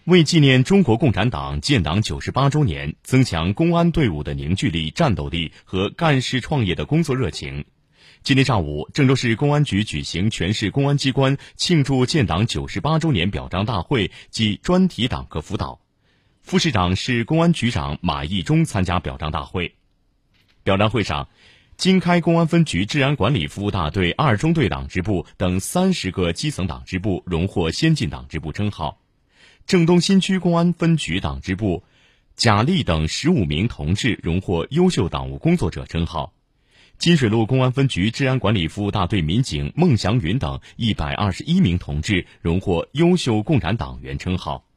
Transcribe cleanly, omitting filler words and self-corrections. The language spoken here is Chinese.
为纪念中国共产党建党98周年，增强公安队伍的凝聚力、战斗力和干事创业的工作热情，今天上午，郑州市公安局举行全市公安机关庆祝建党98周年表彰大会暨专题党课辅导。副市长、市公安局长马义忠参加表彰大会。表彰会上，经开公安分局治安管理服务大队2中队党支部等30个基层党支部荣获先进党支部称号。郑东新区公安分局党支部贾丽等15名同志荣获优秀党务工作者称号。金水路公安分局治安管理服务大队民警孟祥云等121名同志荣获优秀共产党员称号。